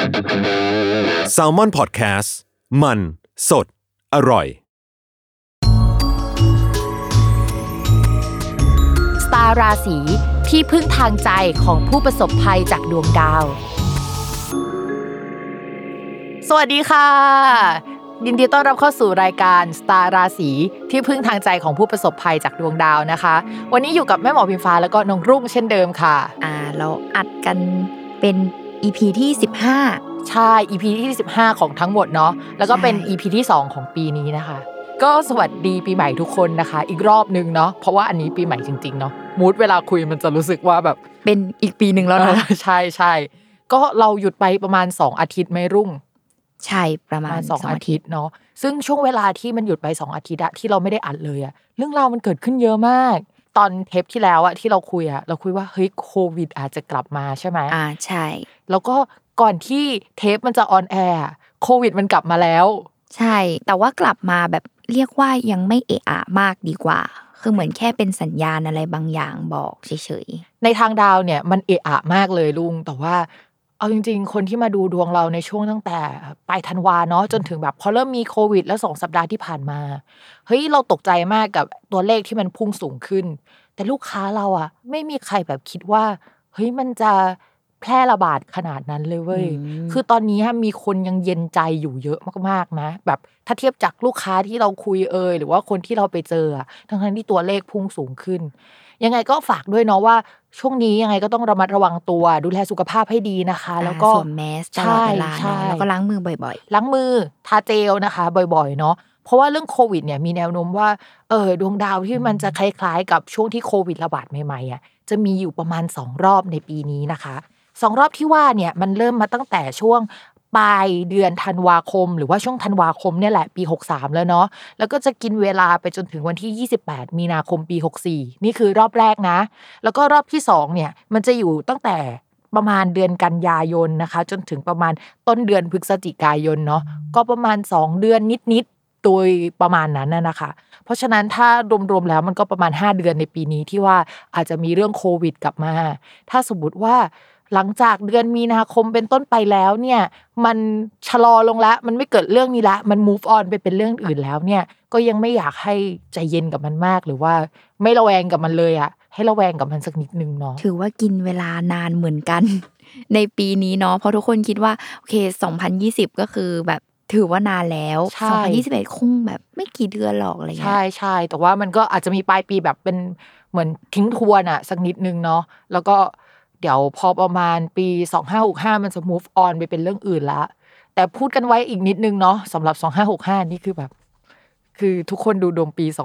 Salmon Podcast มันสดอร่อยสตาร์ราศีที่พึ่งทางใจของผู้ประสบภัยจากดวงดาวสวัสดีค่ะยินดีต้อนรับเข้าสู่รายการสตาร์ราศีที่พึ่งทางใจของผู้ประสบภัยจากดวงดาวนะคะวันนี้อยู่กับแม่หมอพิมฟ้าแล้วก็น้องรุ่งเช่นเดิมค่ะเราอัดกันเป็น EP ที่15 ใช่ EP ที่15ของทั้งหมดเนาะแล้วก็เป็น EP ที่2ของปีนี้นะคะก็สวัสดีปีใหม่ทุกคนนะคะอีกรอบนึงเนาะเพราะว่าอันนี้ปีใหม่จริงๆเนาะมูดเวลาคุยมันจะรู้สึกว่าแบบเป็นอีกปีนึงแล้วนะใช่ๆก็เราหยุดไปประมาณ2อาทิตย์มั้ยรุ่งใช่ประมาณ 2อาทิตย์เนาะซึ่งช่วงเวลาที่มันหยุดไป2อาทิตย์อะที่เราไม่ได้อัดเลยอะเรื่องราวมันเกิดขึ้นเยอะมากตอนเทปที่แล้วอะที่เราคุยว่าเฮ้ยโควิดอาจจะกลับมาใช่มั้ยใช่แล้วก็ก่อนที่เทปมันจะออนแอร์โควิดมันกลับมาแล้วใช่แต่ว่ากลับมาแบบเรียกว่ายังไม่เอะอะมากดีกว่าคือเหมือนแค่เป็นสัญญาณอะไรบางอย่างบอกเฉยๆในทางดาวเนี่ยมันเอะอะมากเลยลุงแต่ว่าเอาจริงๆคนที่มาดูดวงเราในช่วงตั้งแต่ปลายธันวาเนาะจนถึงแบบพอเริ่มมีโควิดแล้ว2สัปดาห์ที่ผ่านมาเฮ้ยเราตกใจมากกับตัวเลขที่มันพุ่งสูงขึ้นแต่ลูกค้าเราอะไม่มีใครแบบคิดว่าเฮ้ยมันจะแพร่ระบาดขนาดนั้นเลยเว้ยคือตอนนี้มีคนยังเย็นใจอยู่เยอะมากๆนะแบบถ้าเทียบจากลูกค้าที่เราคุยหรือว่าคนที่เราไปเจอทั้งๆที่ตัวเลขพุ่งสูงขึ้นยังไงก็ฝากด้วยเนาะว่าช่วงนี้ยังไงก็ต้องระมัดระวังตัวดูแลสุขภาพให้ดีนะคะแล้วก็สวมแมสตลอดเวลาเนาะแล้วก็ล้างมือบ่อยๆล้างมือทาเจลนะคะบ่อยๆเนาะเพราะว่าเรื่องโควิดเนี่ยมีแนวโน้มว่าดวงดาวที่มันจะคล้ายๆกับช่วงที่โควิดระบาดใหม่ๆจะมีอยู่ประมาณ2รอบในปีนี้นะคะ2รอบที่ว่าเนี่ยมันเริ่มมาตั้งแต่ช่วงปลายเดือนธันวาคมหรือว่าช่วงธันวาคมเนี่ยแหละปี63แล้วเนาะแล้วก็จะกินเวลาไปจนถึงวันที่28มีนาคมปี64นี่คือรอบแรกนะแล้วก็รอบที่2เนี่ยมันจะอยู่ตั้งแต่ประมาณเดือนกันยายนนะคะจนถึงประมาณต้นเดือนพฤศจิกายนเนาะก็ประมาณ2เดือนนิดๆโดยประมาณนั้นนะคะเพราะฉะนั้นถ้ารวมๆแล้วมันก็ประมาณ5เดือนในปีนี้ที่ว่าอาจจะมีเรื่องโควิดกลับมาถ้าสมมุติว่าหลังจากเดือนมีนาคมเป็นต้นไปแล้วเนี่ยมันชะลอลงแล้วมันไม่เกิดเรื่องนี้แล้วมัน move on ไปเป็นเรื่องอื่นแล้วเนี่ยก็ยังไม่อยากให้ใจเย็นกับมันมากหรือว่าไม่ระแวงกับมันเลยให้ระแวงกับมันสักนิดนึงเนาะถือว่ากินเวลานานเหมือนกันในปีนี้เนาะเพราะทุกคนคิดว่าโอเค2020ก็คือแบบถือว่านานแล้ว2021คงแบบไม่กี่เดือนหรอกอะไรเงี้ยใช่ๆแต่ว่ามันก็อาจจะมีปลายปีแบบเป็นเหมือนทิ้งทวนสักนิดนึงเนาะแล้วก็เดี๋ยวพอประมาณปี2565มันจะ move on ไปเป็นเรื่องอื่นแล้วแต่พูดกันไว้อีกนิดนึงเนาะสำหรับ2565นี่คือแบบคือทุกคนดูดวงปี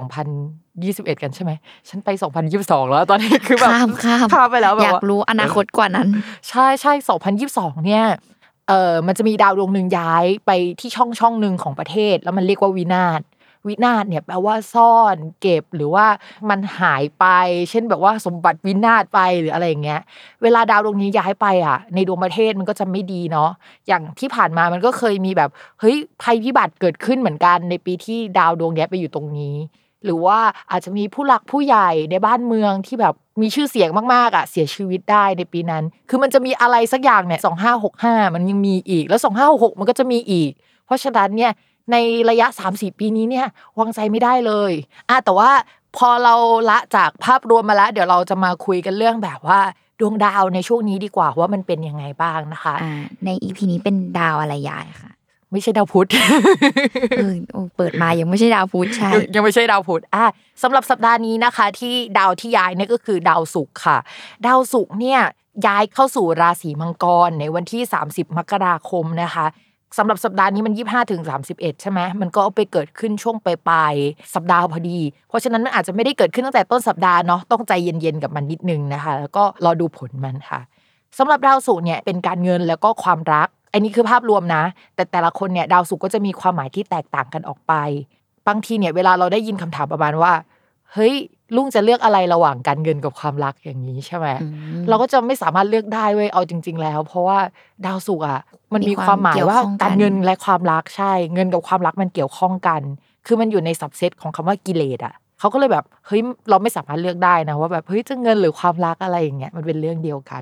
2021กันใช่ไหมฉันไป2022แล้วตอนนี้คือแบบข้ามไปแล้วแบบอยากรู้อนาคตกว่านั้นใช่ๆ2022เนี่ยมันจะมีดาวดวงนึงย้ายไปที่ช่องนึงของประเทศแล้วมันเรียกว่าวินาศเนี่ยแปลว่าซ่อนเก็บหรือว่ามันหายไปเช่นแบบว่าสมบัติวินาศไปหรืออะไรอย่างเงี้ยเวลาดาวดวงนี้ย้ายไปในดวงประเทศมันก็จะไม่ดีเนาะอย่างที่ผ่านมามันก็เคยมีแบบเฮ้ยภัยพิบัติเกิดขึ้นเหมือนกันในปีที่ดาวดวงนี้ไปอยู่ตรงนี้หรือว่าอาจจะมีผู้หลักผู้ใหญ่ในบ้านเมืองที่แบบมีชื่อเสียงมากๆเสียชีวิตได้ในปีนั้นคือมันจะมีอะไรสักอย่างเนี่ย2565มันยังมีอีกแล้ว2566มันก็จะมีอีกเพราะฉะนั้นเนี่ยในระยะ 3-4 ปีนี้เนี่ยวางใจไม่ได้เลยแต่ว่าพอเราละจากภาพรวมมาแล้วเดี๋ยวเราจะมาคุยกันเรื่องแบบว่าดวงดาวในช่วงนี้ดีกว่าว่ามันเป็นยังไงบ้างนะคะใน EP นี้เป็นดาวอะไรย้ายค่ะไม่ใช่ดาวพุธเปิดมายังไม่ใช่ดาวพุธใช่ยังไม่ใช่ดาวพุธสำหรับสัปดาห์นี้นะคะที่ดาวที่ย้ายเนี่ยก็คือดาวศุกร์ค่ะดาวศุกร์เนี่ยย้ายเข้าสู่ราศีมังกรในวันที่30มกราคมนะคะสำหรับสัปดาห์นี้มัน25ถึง31ใช่ไหมมันก็ไปเกิดขึ้นช่วงปลายสัปดาห์พอดีเพราะฉะนั้นมันอาจจะไม่ได้เกิดขึ้นตั้งแต่ต้นสัปดาห์เนาะต้องใจเย็นๆกับมันนิดนึงนะคะแล้วก็รอดูผลมันค่ะสำหรับดาวศุกร์เนี่ยเป็นการเงินแล้วก็ความรักอันนี้คือภาพรวมนะแต่ละคนเนี่ยดาวศุกร์ก็จะมีความหมายที่แตกต่างกันออกไปบางทีเนี่ยเวลาเราได้ยินคำถามประมาณว่าเฮ้ยลุงจะเลือกอะไรระหว่างการเงินกับความรักอย่างนี้ใช่ไหมเราก็จะไม่สามารถเลือกได้เว้ยเอาจริงๆแล้วเพราะว่าดาวศุกร์มันมีความหมายว่าการเงินและความรักใช่เงินกับความรักมันเกี่ยวข้องกันคือมันอยู่ในซับเซตของคำว่ากิเลสเขาก็เลยแบบเฮ้ยเราไม่สามารถเลือกได้นะว่าแบบเฮ้ยจะเงินหรือความรักอะไรอย่างเงี้ยมันเป็นเรื่องเดียวกัน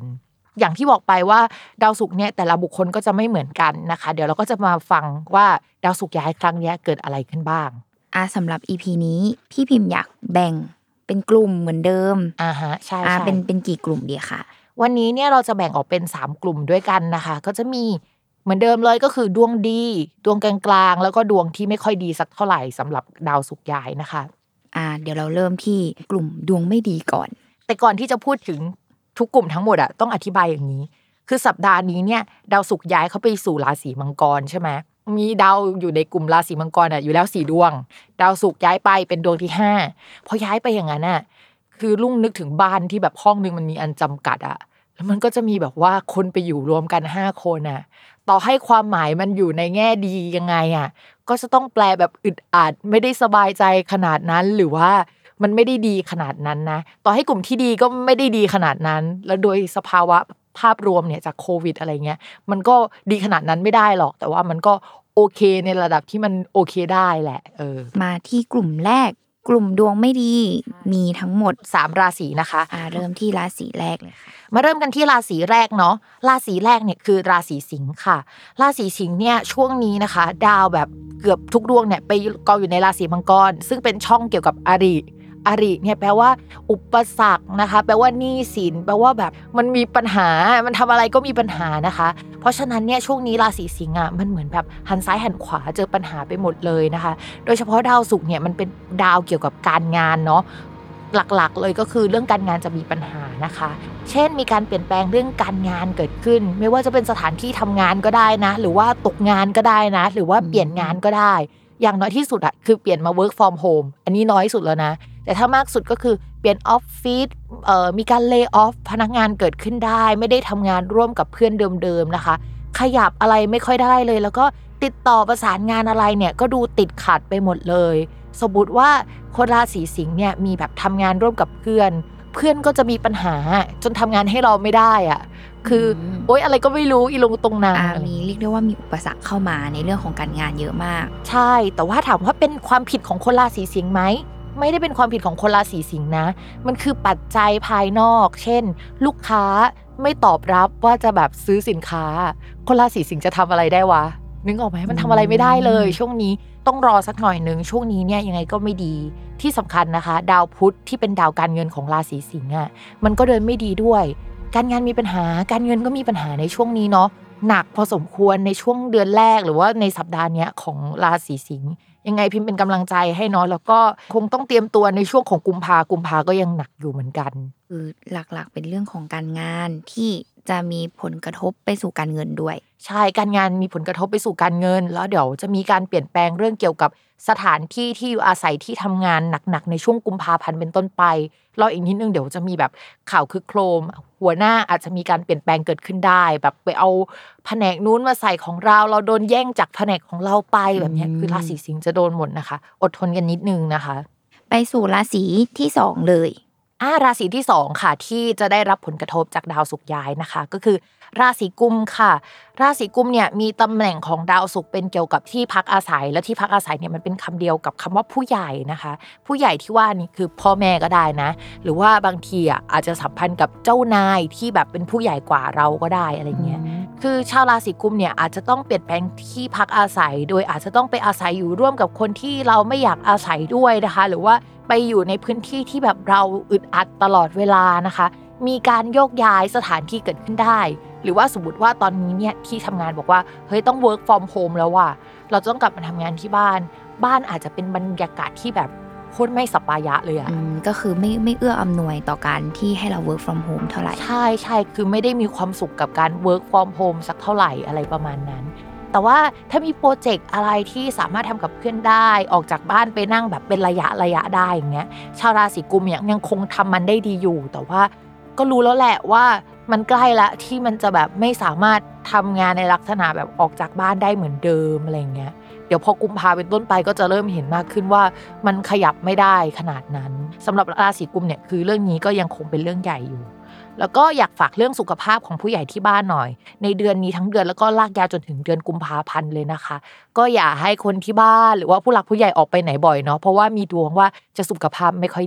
อย่างที่บอกไปว่าดาวศุกร์เนี่ยแต่ละบุคคลก็จะไม่เหมือนกันนะคะเดี๋ยวเราก็จะมาฟังว่าดาวศุกร์ย้ายครั้งนี้เกิดอะไรขึ้นบ้างสำหรับ EP นี้พี่พิมพ์อยากแบ่งเป็นกลุ่มเหมือนเดิมฮะใช่ๆเป็นกี่กลุ่มดีคะวันนี้เนี่ยเราจะแบ่งออกเป็น3กลุ่มด้วยกันนะคะก็จะมีเหมือนเดิมเลยก็คือดวงดีดวงกลางๆแล้วก็ดวงที่ไม่ค่อยดีสักเท่าไหร่สำหรับดาวศุกร์ย้ายนะคะเดี๋ยวเราเริ่มที่กลุ่มดวงไม่ดีก่อนแต่ก่อนที่จะพูดถึงทุกกลุ่มทั้งหมดอะต้องอธิบายอย่างนี้คือสัปดาห์นี้เนี่ยดาวศุกร์ย้ายเข้าไปสู่ราศีมังกรใช่ไหมมีดาวอยู่ในกลุ่มราศีมังกรอยู่แล้ว4ดวงดาวศุกร์ย้ายไปเป็นดวงที่5พอย้ายไปอย่างนั้นน่ะคือลุงนึกถึงบ้านที่แบบห้องนึงมันมีอันจำกัดอะแล้วมันก็จะมีแบบว่าคนไปอยู่รวมกัน5คนน่ะต่อให้ความหมายมันอยู่ในแง่ดียังไงอะก็จะต้องแปลแบบอึดอัดไม่ได้สบายใจขนาดนั้นหรือว่ามันไม่ได้ดีขนาดนั้นนะต่อให้กลุ่มที่ดีก็ไม่ได้ดีขนาดนั้นแล้วโดยสภาวะภาพรวมเนี่ยจากโควิดอะไรเงี้ยมันก็ดีขนาดนั้นไม่ได้หรอกแต่ว่ามันก็โอเคในระดับที่มันโอเคได้แหละมาที่กลุ่มแรกกลุ่มดวงไม่ดีมีทั้งหมด 3ราศีนะคะเริ่มที่ราศีแรกเลยค่ะมาเริ่มกันที่ราศีแรกเนาะราศีแรกเนี่ยคือราศีสิงค์ค่ะราศีสิงค์เนี่ยช่วงนี้นะคะดาวแบบเกือบทุกดวงเนี่ยไปกองอยู่ในราศีมังกรซึ่งเป็นช่องเกี่ยวกับอริเนี่ยแปลว่าอุปสรรคนะคะแปลว่าหนี้สินแปลว่าแบบมันมีปัญหามันทำอะไรก็มีปัญหานะคะเพราะฉะนั้นเนี่ยช่วงนี้ราศีสิงห์มันเหมือนแบบหันซ้ายหันขวาเจอปัญหาไปหมดเลยนะคะโดยเฉพาะดาวศุกร์เนี่ยมันเป็นดาวเกี่ยวกับการงานเนาะหลักๆเลยก็คือเรื่องการงานจะมีปัญหานะคะเช่นมีการเปลี่ยนแปลงเรื่องการงานเกิดขึ้นไม่ว่าจะเป็นสถานที่ทำงานก็ได้นะหรือว่าตกงานก็ได้นะหรือว่าเปลี่ยนงานก็ได้อย่างน้อยที่สุดคือเปลี่ยนมา work from home อันนี้น้อยสุดแล้วนะแต่ถ้ามากสุดก็คือเปลี่ยนออฟฟิศมีการเลย์ออฟพนักงานเกิดขึ้นได้ไม่ได้ทำงานร่วมกับเพื่อนเดิมๆนะคะขยับอะไรไม่ค่อยได้เลยแล้วก็ติดต่อประสานงานอะไรเนี่ยก็ดูติดขัดไปหมดเลยสมมุติว่าคนราศีสิงห์เนี่ยมีแบบทำงานร่วมกับเพื่อนก็จะมีปัญหาจนทำงานให้เราไม่ได้อ่ะคือโอ๊ยอะไรก็ไม่รู้อีลงตรงนั้นมีเรียกได้ว่ามีอุปสรรคเข้ามาในเรื่องของการงานเยอะมากใช่แต่ว่าถามว่าเป็นความผิดของคนราศีสิงห์ไหมไม่ได้เป็นความผิดของคนราศีสิงห์นะมันคือปัจจัยภายนอกเช่นลูกค้าไม่ตอบรับว่าจะแบบซื้อสินค้าคนราศีสิงห์จะทำอะไรได้วะนึกออกไหมมันทำอะไรไม่ได้เลยช่วงนี้ต้องรอสักหน่อยนึงช่วงนี้เนี่ยยังไงก็ไม่ดีที่สำคัญนะคะดาวพุธที่เป็นดาวการเงินของราศีสิงห์มันก็เดินไม่ดีด้วยการงานมีปัญหาการเงินก็มีปัญหาในช่วงนี้เนาะหนักพอสมควรในช่วงเดือนแรกหรือว่าในสัปดาห์นี้ของราศีสิงห์ยังไงพิมพ์เป็นกำลังใจให้เนาะแล้วก็คงต้องเตรียมตัวในช่วงของกุมภาก็ยังหนักอยู่เหมือนกันคือหลักๆเป็นเรื่องของการงานที่จะมีผลกระทบไปสู่การเงินด้วยใช่การงานมีผลกระทบไปสู่การเงินแล้วเดี๋ยวจะมีการเปลี่ยนแปลงเรื่องเกี่ยวกับสถานที่ที่อยู่อาศัยที่ทำงานหนักๆในช่วงกุมภาพันธ์เป็นต้นไปรออีกนิดนึงเดี๋ยวจะมีแบบข่าวคึกโครมหัวหน้าอาจจะมีการเปลี่ยนแปลงเกิดขึ้นได้แบบไปเอาแผนกนู้นมาใส่ของเราโดนแย่งจากแผนกของเราไปแบบนี้คือราศีสิงห์จะโดนหมดนะคะอดทนกันนิดนึงนะคะไปสู่ราศีที่2เลยราศีที่2ค่ะที่จะได้รับผลกระทบจากดาวศุกร์ย้ายนะคะก็คือราศีกุมค่ะราศีกุมเนี่ยมีตำแหน่งของดาวศุกร์เป็นเกี่ยวกับที่พักอาศัยและที่พักอาศัยเนี่ยมันเป็นคำเดียวกับคำว่าผู้ใหญ่นะคะผู้ใหญ่ที่ว่านี่คือพ่อแม่ก็ได้นะหรือว่าบางทีอาจจะสัมพันธ์กับเจ้านายที่แบบเป็นผู้ใหญ่กว่าเราก็ได้อะไรเงี้ยคือชาวราศีกุมเนี่ยอาจจะต้องเปลี่ยนแปลงที่พักอาศัยโดยอาจจะต้องไปอาศัยอยู่ร่วมกับคนที่เราไม่อยากอาศัยด้วยนะคะหรือว่าไปอยู่ในพื้นที่ที่แบบเราอึดอัดตลอดเวลานะคะมีการโยกย้ายสถานที่เกิดขึ้นได้หรือว่าสมมติว่าตอนนี้เนี่ยที่ทำงานบอกว่าเฮ้ยต้อง work from home แล้วว่ะเราต้องกลับมาทำงานที่บ้านอาจจะเป็นบรรยากาศที่แบบโคตรไม่สปายะเลยก็คือไม่เอื้ออำนวยต่อการที่ให้เรา work from home เท่าไหร่ใช่คือไม่ได้มีความสุขกับการ work from home สักเท่าไหร่อะไรประมาณนั้นแต่ว่าถ้ามีโปรเจกต์อะไรที่สามารถทำกับเพื่อนได้ออกจากบ้านไปนั่งแบบเป็นระยะได้อย่างเงี้ยชาวราศีกุมยังคงทำมันได้ดีอยู่แต่ว่าก็รู้แล้วแหละว่ามันใกล้ละที่มันจะแบบไม่สามารถทำงานในลักษณะแบบออกจากบ้านได้เหมือนเดิมอะไรเงี้ยเดี๋ยวพอกุมภาเป็นต้นไปก็จะเริ่มเห็นมากขึ้นว่ามันขยับไม่ได้ขนาดนั้นสำหรับราศีกุมเนี่ยคือเรื่องนี้ก็ยังคงเป็นเรื่องใหญ่อยู่แล้วก็อยากฝากเรื่องสุขภาพของผู้ใหญ่ที่บ้านหน่อยในเดือนนี้ทั้งเดือนแล้วก็ลากยาวจนถึงเดือนกุมภาพันธ์เลยนะคะก็อย่าให้คนที่บ้านหรือว่าผู้หลักผู้ใหญ่ออกไปไหนบ่อยเนาะเพราะว่ามีดวงว่าจะสุขภาพไม่ค่อยดี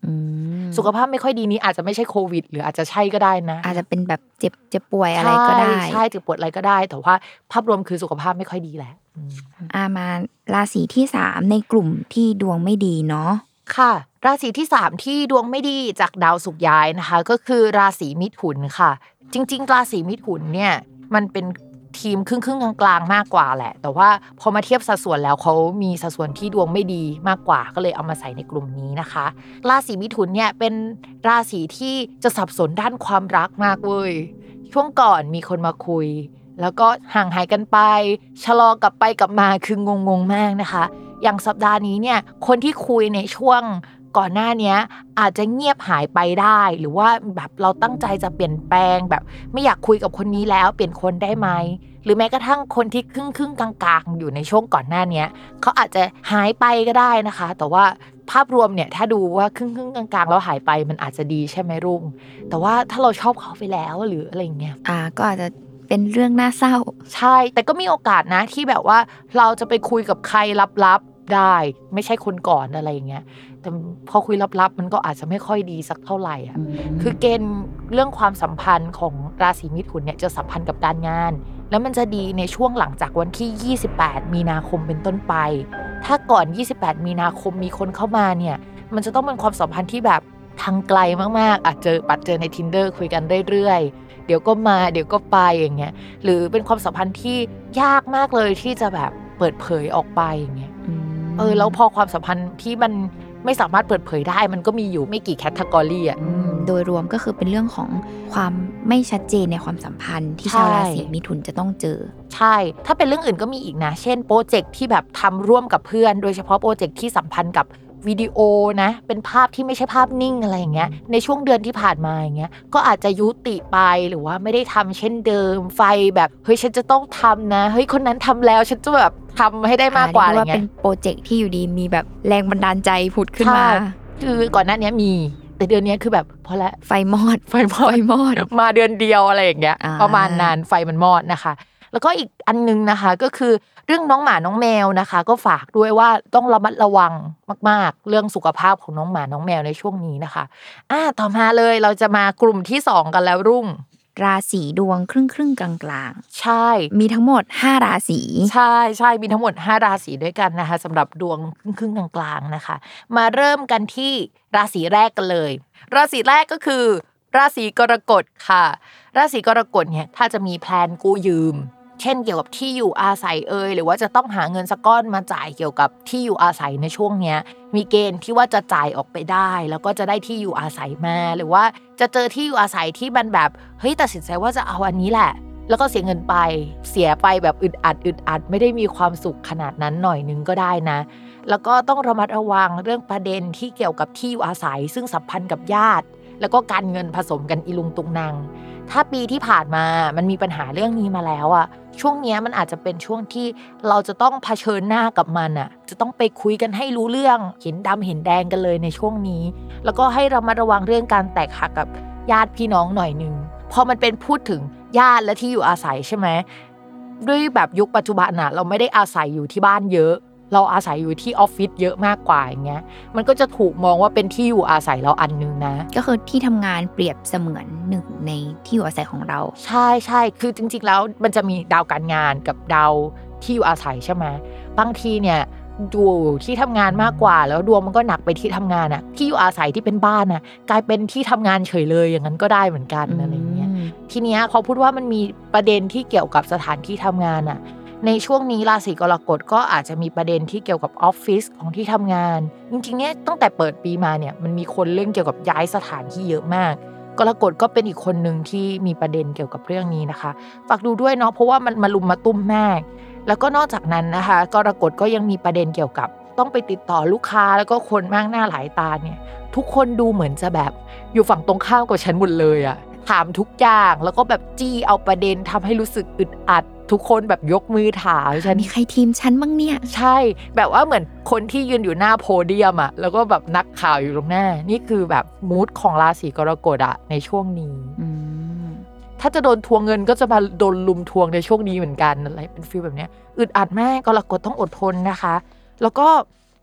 สุขภาพไม่ค่อยดีนี้อาจจะไม่ใช่โควิดหรืออาจจะใช่ก็ได้นะอาจจะเป็นแบบเจ็บป่วยอะไรก็ได้ใช่เจ็บปวดอะไรก็ได้แต่ว่าภาพรวมคือสุขภาพไม่ค่อยดีแหละมาราศีที่3ในกลุ่มที่ดวงไม่ดีเนาะค่ะราศีที่3ที่ดวงไม่ดีจากดาวศุกร์ย้ายนะคะก็คือราศีมิถุนค่ะจริงๆราศีมิถุนเนี่ยมันเป็นทีมครึ่งๆกลางๆมากกว่าแหละแต่ว่าพอมาเทียบสัดส่วนแล้วเขามีสัดส่วนที่ดวงไม่ดีมากกว่าก็เลยเอามาใส่ในกลุ่มนี้นะคะราศีมิถุนเนี่ยเป็นราศีที่จะสับสนด้านความรักมากเว้ยช่วงก่อนมีคนมาคุยแล้วก็ห่างหายกันไปชะลอกลับไปกลับมาคืองงๆมากนะคะอย่างสัปดาห์นี้เนี่ยคนที่คุยในช่วงก่อนหน้านี้อาจจะเงียบหายไปได้หรือว่าแบบเราตั้งใจจะเปลี่ยนแปลงแบบไม่อยากคุยกับคนนี้แล้วเปลี่ยนคนได้ไหมหรือแม้กระทั่งคนที่ครึ่งกลางๆอยู่ในช่วงก่อนหน้านี้เขาอาจจะหายไปก็ได้นะคะแต่ว่าภาพรวมเนี่ยถ้าดูว่าครึ่งกลางๆแล้วหายไปมันอาจจะดีใช่ไหมรุ่งแต่ว่าถ้าเราชอบเขาไปแล้วหรืออะไรเงี้ยก็อาจจะเป็นเรื่องน่าเศร้าใช่แต่ก็มีโอกาสนะที่แบบว่าเราจะไปคุยกับใครลับๆได้ไม่ใช่คนก่อนอะไรอย่างเงี้ยแต่พอคุยลับๆมันก็อาจจะไม่ค่อยดีสักเท่าไหร่อ่ะคือเกณฑ์เรื่องความสัมพันธ์ของราศีมิถุนเนี่ยจะสัมพันธ์กับการงานแล้วมันจะดีในช่วงหลังจากวันที่28มีนาคมเป็นต้นไปถ้าก่อน28มีนาคมมีคนเข้ามาเนี่ยมันจะต้องเป็นความสัมพันธ์ที่แบบทางไกลมากๆอาจเจอใน Tinder คุยกันเรื่อยๆเดี๋ยวก็มาเดี๋ยวก็ไปอย่างเงี้ยหรือเป็นความสัมพันธ์ที่ยากมากเลยที่จะแบบเปิดเผยออกไปอย่างเงี้ยแล้วพอความสัมพันธ์ที่มันไม่สามารถเปิดเผยได้มันก็มีอยู่ไม่กี่แคตตากรีอ่ะโดยรวมก็คือเป็นเรื่องของความไม่ชัดเจนในความสัมพันธ์ที่ชาวราศีมิถุนจะต้องเจอใช่ถ้าเป็นเรื่องอื่นก็มีอีกนะเช่นโปรเจกต์ที่แบบทำร่วมกับเพื่อนโดยเฉพาะโปรเจกต์ที่สัมพันธ์กับวิดีโอนะเป็นภาพที่ไม่ใช่ภาพนิ่งอะไรอย่างเงี้ยในช่วงเดือนที่ผ่านมาอย่างเงี้ยก็อาจจะยุติไปหรือว่าไม่ได้ทำเช่นเดิมไฟแบบเฮ้ยฉันจะต้องทำนะเฮ้ยคนนั้นทำแล้วฉันจะแบบทำให้ได้มากกว่าอะไรเงี้ยเป็นโปรเจกต์ที่อยู่ดีมีแบบแรงบันดาลใจผุดขึ้นมาคือก่อนหน้านี้มีแต่เดือนนี้คือแบบพอละไฟมอดมาเดือนเดียวอะไรอย่างเงี้ยประมาณนั้นไฟมันมอดนะคะแล้วก็อีกอันนึงนะคะก็คือเรื่องน้องหมาน้องแมวนะคะก็ฝากด้วยว่าต้องระมัดระวังมากๆเรื่องสุขภาพของน้องหมาน้องแมวในช่วงนี้นะคะต่อมาเลยเราจะมากลุ่มที่2กันแล้วรุ่งราศีดวงครึ่งกลางๆใช่มีทั้งหมด5ราศีใช่มีทั้งหมด5ราศีด้วยกันนะคะสำหรับดวงครึ่งกลางๆนะคะมาเริ่มกันที่ราศีแรกกันเลยราศีแรกก็คือราศีกรกฎค่ะราศีกรกฎเนี่ยถ้าจะมีแพลนกู้ยืมเช่นเกี่ยวกับที่อยู่อาศัยหรือว่าจะต้องหาเงินสักก้อนมาจ่ายเกี่ยวกับที่อยู่อาศัยในช่วงเนี้ยมีเกณฑ์ที่ว่าจะจ่ายออกไปได้แล้วก็จะได้ที่อยู่อาศัยมาหรือว่าจะเจอที่อยู่อาศัยที่มันแบบเฮ้ยตัดสินใจว่าจะเอาอันนี้แหละแล้วก็เสียเงินไปเสียไปแบบอึดอัดไม่ได้มีความสุขขนาดนั้นหน่อยนึงก็ได้นะแล้วก็ต้องระมัดระวังเรื่องประเด็นที่เกี่ยวกับที่อยู่อาศัยซึ่งสัมพันธ์กับญาติแล้วก็การเงินผสมกันอีลุงตุงนางถ้าปีที่ผ่านมามันมีปัญหาเรื่องนี้มาแล้วอ่ะช่วงนี้มันอาจจะเป็นช่วงที่เราจะต้องเผชิญหน้ากับมันอ่ะจะต้องไปคุยกันให้รู้เรื่องเห็นดำเห็นแดงกันเลยในช่วงนี้แล้วก็ให้ระมัดระวังเรื่องการแตกหักกับญาติพี่น้องหน่อยนึงพอมันเป็นพูดถึงญาติและที่อยู่อาศัยใช่ไหมด้วยแบบยุคปัจจุบันน่ะเราไม่ได้อาศัยอยู่ที่บ้านเยอะเราอาศัยอยู่ที่ออฟฟิศเยอะมากกว่าอย่างเงี้ยมันก็จะถูกมองว่าเป็นที่อยู่อาศัยเราอันนึงนะก็คือที่ทำงานเปรียบเสมือนหนึ่งในที่อยู่อาศัยของเราใช่คือจริงๆแล้วมันจะมีดาวการงานกับดาวที่อยู่อาศัยใช่ไหมบางทีเนี่ยดูที่ทำงานมากกว่าแล้วดวงมันก็หนักไปที่ทำงานอะที่อยู่อาศัยที่เป็นบ้านอะกลายเป็นที่ทำงานเฉยเลยอย่างนั้นก็ได้เหมือนกันอะไรเงี้ยทีเนี้ยเขาพูดว่ามันมีประเด็นที่เกี่ยวกับสถานที่ทำงานอะในช่วงนี้ราศีกรกฎก็อาจจะมีประเด็นที่เกี่ยวกับออฟฟิศของที่ทำงานจริงๆเนี่ยตั้งแต่เปิดปีมาเนี่ยมันมีคนเรื่องเกี่ยวกับย้ายสถานที่เยอะมากกรกฎก็เป็นอีกคนนึงที่มีประเด็นเกี่ยวกับเรื่องนี้นะคะฝากดูด้วยเนาะเพราะว่ามันมาลุมมาตุ้มมากแล้วก็นอกจากนั้นนะคะกรกฎก็ยังมีประเด็นเกี่ยวกับต้องไปติดต่อลูกค้าแล้วก็คนมากหน้าหลายตาเนี่ยทุกคนดูเหมือนจะแบบอยู่ฝั่งตรงข้ามกับฉันหมดเลยอะถามทุกอย่างแล้วก็แบบจี้เอาประเด็นทำให้รู้สึกอึดอัดทุกคนแบบยกมือถามฉันมีใครทีมฉันบ้างเนี่ยใช่แบบว่าเหมือนคนที่ยืนอยู่หน้าโพเดียมอะแล้วก็แบบนักข่าวอยู่ตรงหน้านี่คือแบบมูดของราศีกรกฎอะในช่วงนี้ถ้าจะโดนทวงเงินก็จะมาโดนลุมทวงในช่วงนี้เหมือนกันอะไรเป็นฟีลแบบเนี้ยอึดอัดมากกรกฎต้องอดทนนะคะแล้วก็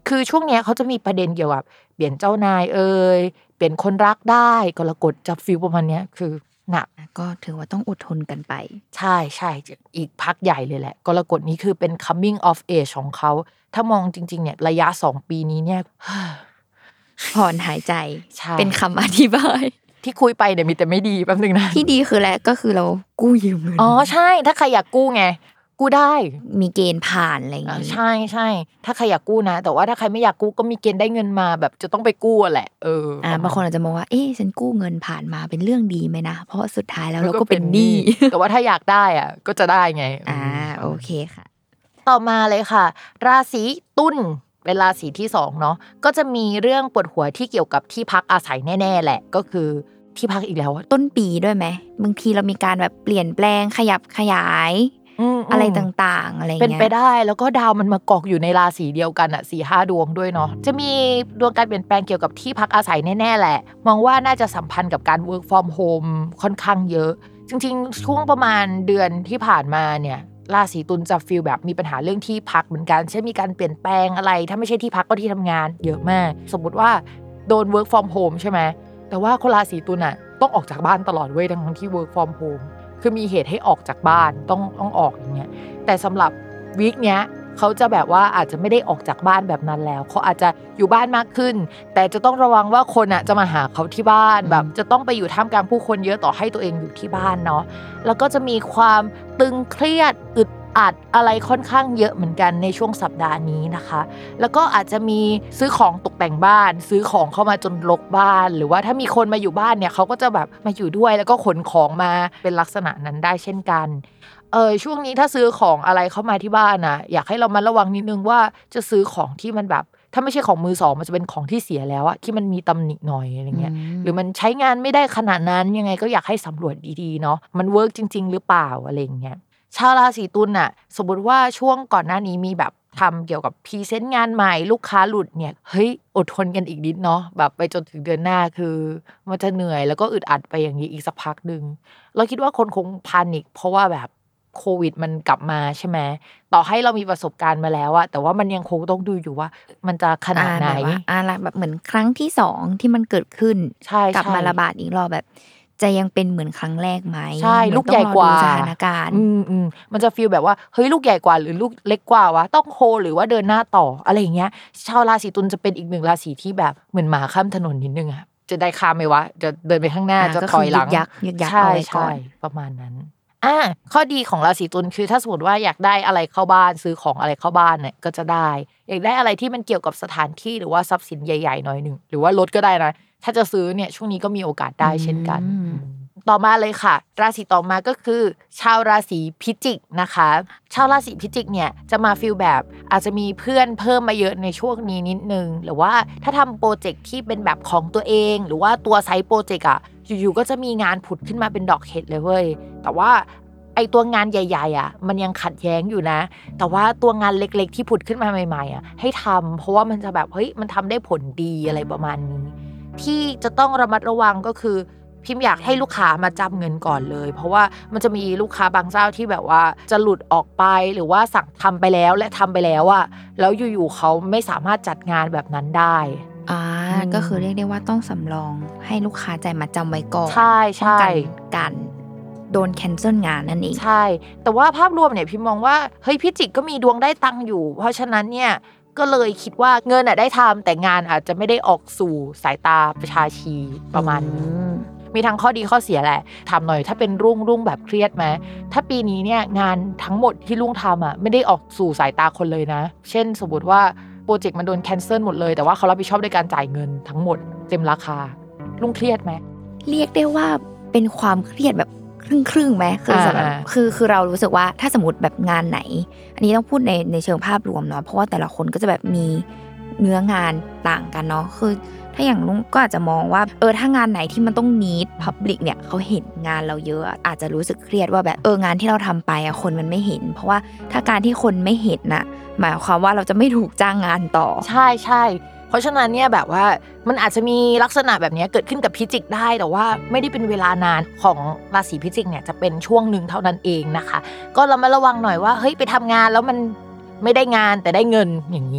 คือช่วงเนี้ยเขาจะมีประเด็นเกี่ยวกับเปลี่ยนเจ้านายเปลี่ยนคนรักได้กรกฎจับฟิลประมาณเนี้ยคือหนักก็ถือว่าต้องอดทนกันไปใช่ๆอีกพักใหญ่เลยแหละกรกฎนี้คือเป็น coming of age ของเขาถ้ามองจริงๆเนี่ยระยะ2ปีนี้เนี่ยผ่อนหายใจเป็นคำอธิบายที่คุยไปเนี่ยมีแต่ไม่ดีแป๊บนึงนะที่ดีคือแหละก็คือเรากู้ยืมเงินใช่ถ้าใครอยากกู้ไงกู้ได้มีเกณฑ์ผ่านอะไรอย่างงี้ใช่ถ้าใครอยากกู้นะแต่ว่าถ้าใครไม่อยากกู้ก็มีเกณฑ์ได้เงินมาแบบจะต้องไปกู้แหละบางคนอาจจะมองว่าฉันกู้เงินผ่านมาเป็นเรื่องดีไหมนะเพราะสุดท้ายแล้วเราก็เป็นหนี้แต่ว่าถ้าอยากได้ก็จะได้ไงโอเคค่ะต่อมาเลยค่ะราศีตุลเป็นราศีที่2เนาะก็จะมีเรื่องปวดหัวที่เกี่ยวกับที่พักอาศัยแน่ๆแหละก็คือที่พักอีกแล้วต้นปีด้วยไหมบางทีเรามีการแบบเปลี่ยนแปลงขยับขยายอะไรต่างๆอะไรเงี้ยเป็นไปได้แล้วก็ดาวมันมากอกอยู่ในราศีเดียวกัน4-5 ดวงด้วยเนาะจะมีดวงการเปลี่ยนแปลงเกี่ยวกับที่พักอาศัยแน่ๆแหละมองว่าน่าจะสัมพันธ์กับการ work from home ค่อนข้างเยอะจริงๆช่วงประมาณเดือนที่ผ่านมาเนี่ยราศีตุลจะฟีลแบบมีปัญหาเรื่องที่พักเหมือนกันใช่มีการเปลี่ยนแปลงอะไรถ้าไม่ใช่ที่พักก็ที่ทำงานเยอะมากสมมติว่าโดน work from home ใช่ไหมแต่ว่าคนราศีตุลต้องออกจากบ้านตลอดเว้ยทั้งที่ work from homeคือมีเหตุให้ออกจากบ้านต้องออกอย่างเงี้ยแต่สำหรับวีคเนี้ยเขาจะแบบว่าอาจจะไม่ได้ออกจากบ้านแบบนั้นแล้วเขาอาจจะอยู่บ้านมากขึ้นแต่จะต้องระวังว่าคนจะมาหาเขาที่บ้านแบบจะต้องไปอยู่ท่ามกลางผู้คนเยอะต่อให้ตัวเองอยู่ที่บ้านเนาะแล้วก็จะมีความตึงเครียดอึดอัดอะไรค่อนข้างเยอะเหมือนกันในช่วงสัปดาห์นี้นะคะแล้วก็อาจจะมีซื้อของตกแต่งบ้านซื้อของเข้ามาจนรกบ้านหรือว่าถ้ามีคนมาอยู่บ้านเนี่ยเขาก็จะแบบมาอยู่ด้วยแล้วก็ขนของมาเป็นลักษณะนั้นได้เช่นกันช่วงนี้ถ้าซื้อของอะไรเข้ามาที่บ้านอยากให้เรามาระวังนิดนึงว่าจะซื้อของที่มันแบบถ้าไม่ใช่ของมือสองมันจะเป็นของที่เสียแล้วที่มันมีตำหนิหน่อยอะไรเงี้ยหรือมันใช้งานไม่ได้ขนาดนั้นยังไงก็อยากให้สำรวจดีๆเนาะมันเวิร์กจริงๆหรือเปล่าอะไรเงี้ยชาวราศีตุลสมมติว่าช่วงก่อนหน้านี้มีแบบทำเกี่ยวกับพรีเซนต์งานใหม่ลูกค้าหลุดเนี่ยเฮ้ยอดทนกันอีกนิดเนาะแบบไปจนถึงเดือนหน้าคือมันจะเหนื่อยแล้วก็อึดอัดไปอย่างนี้อีกสักพักนึงเราคิดว่าคนคงพานิคเพราะว่าแบบโควิดมันกลับมาใช่ไหมต่อให้เรามีประสบการณ์มาแล้วแต่ว่ามันยังคงต้องดูอยู่ว่ามันจะขนาดไหนแบบเหมือนครั้งที่2ที่มันเกิดขึ้นกลับมาระบาดอีกรอบแบบจะยังเป็นเหมือนครั้งแรกไหมใช่ลูกใหญ่กว่าสถานการณ์มันจะฟีลแบบว่าเฮ้ยลูกใหญ่กว่าหรือลูกเล็กกว่าวะต้องโฮหรือว่าเดินหน้าต่ออะไรอย่างเงี้ยชาวราศีตุลจะเป็นอีกหนึ่งราศีที่แบบเหมือนหมาข้ามถนนนิดนึงจะได้ข้ามไหมวะจะเดินไปข้างหน้าจะถอยหลังใช่ประมาณนั้นข้อดีของราศีตุลคือถ้าสมมติว่าอยากได้อะไรเข้าบ้านซื้อของอะไรเข้าบ้านเนี่ยก็จะได้อยากได้อะไรที่มันเกี่ยวกับสถานที่หรือว่าทรัพย์สินใหญ่ๆหน่อยนึงหรือว่ารถก็ได้นะถ้าจะซื้อเนี่ยช่วงนี้ก็มีโอกาสได้เช่นกันต่อมาเลยค่ะราศีต่อมาก็คือชาวราศีพิจิกนะคะชาวราศีพิจิกเนี่ยจะมาฟีลแบบอาจจะมีเพื่อนเพิ่มมาเยอะในช่วงนี้นิดนึงหรือว่าถ้าทำโปรเจกต์ที่เป็นแบบของตัวเองหรือว่าตัวไซต์โปรเจกต์อยู่ๆก็จะมีงานผุดขึ้นมาเป็นดอกเห็ดเลยเว้ยแต่ว่าไอตัวงานใหญ่ๆมันยังขัดแย้งอยู่นะแต่ว่าตัวงานเล็กๆที่ผุดขึ้นมาใหม่ๆให้ทำเพราะว่ามันจะแบบเฮ้ยมันทำได้ผลดีอะไรประมาณนี้ที่จะต้องระมัดระวังก็คือพิมพ์อยากให้ลูกค้ามาจำเงินก่อนเลยเพราะว่ามันจะมีลูกค้าบางเจ้าที่แบบว่าจะหลุดออกไปหรือว่าสั่งทำไปแล้วและทำไปแล้วแล้วอยู่ๆเขาไม่สามารถจัดงานแบบนั้นได้ก็คือเรียกได้ว่าต้องสำรองให้ลูกค้าใจมาจำไว้ก่อนใช่การโดนแคนเซิลงานนั่นเองใช่แต่ว่าภาพรวมเนี่ยพิมมองว่าเฮ้ยพิจิกก็มีดวงได้ตังค์อยู่เพราะฉะนั้นเนี่ยก็เลยคิดว่าเงินได้ทำแต่งานอาจจะไม่ได้ออกสู่สายตาประชาชนประมาณนี้มีทั้งข้อดีข้อเสียแหละถามหน่อยถ้าเป็นรุ่งแบบเครียดไหมถ้าปีนี้เนี่ยงานทั้งหมดที่รุ่งทำไม่ได้ออกสู่สายตาคนเลยนะเช่นสมมติว่าโปรเจกต์มันโดนแคนเซิลหมดเลยแต่ว่าเขารับผิดชอบในการจ่ายเงินทั้งหมดเต็มราคารุ่งเครียดไหมเรียกได้ว่าเป็นความเครียดแบบครึ่งไหมคือสำหรับคือเรารู้สึกว่าถ้าสมมติแบบงานไหนอันนี้ต้องพูดในเชิงภาพรวมเนาะเพราะว่าแต่ละคนก็จะแบบมีเนื้องานต่างกันเนาะคือถ้าอย่างลุงก็อาจจะมองว่าถ้างานไหนที่มันต้อง need public เนี่ยเขาเห็นงานเราเยอะอาจจะรู้สึกเครียดว่าแบบงานที่เราทำไปคนมันไม่เห็นเพราะว่าถ้าการที่คนไม่เห็นน่ะหมายความว่าเราจะไม่ถูกจ้างงานต่อใช่เพราะฉะนั้นเนี่ยแบบว่ามันอาจจะมีลักษณะแบบนี้เกิดขึ้นกับพิจิกได้แต่ว่าไม่ได้เป็นเวลานานของราศีพิจิกเนี่ยจะเป็นช่วงนึงเท่านั้นเองนะคะก็เรามาระวังหน่อยว่าเฮ้ยไปทำงานแล้วมันไม่ได้งานแต่ได้เงินอย่างนี้ก็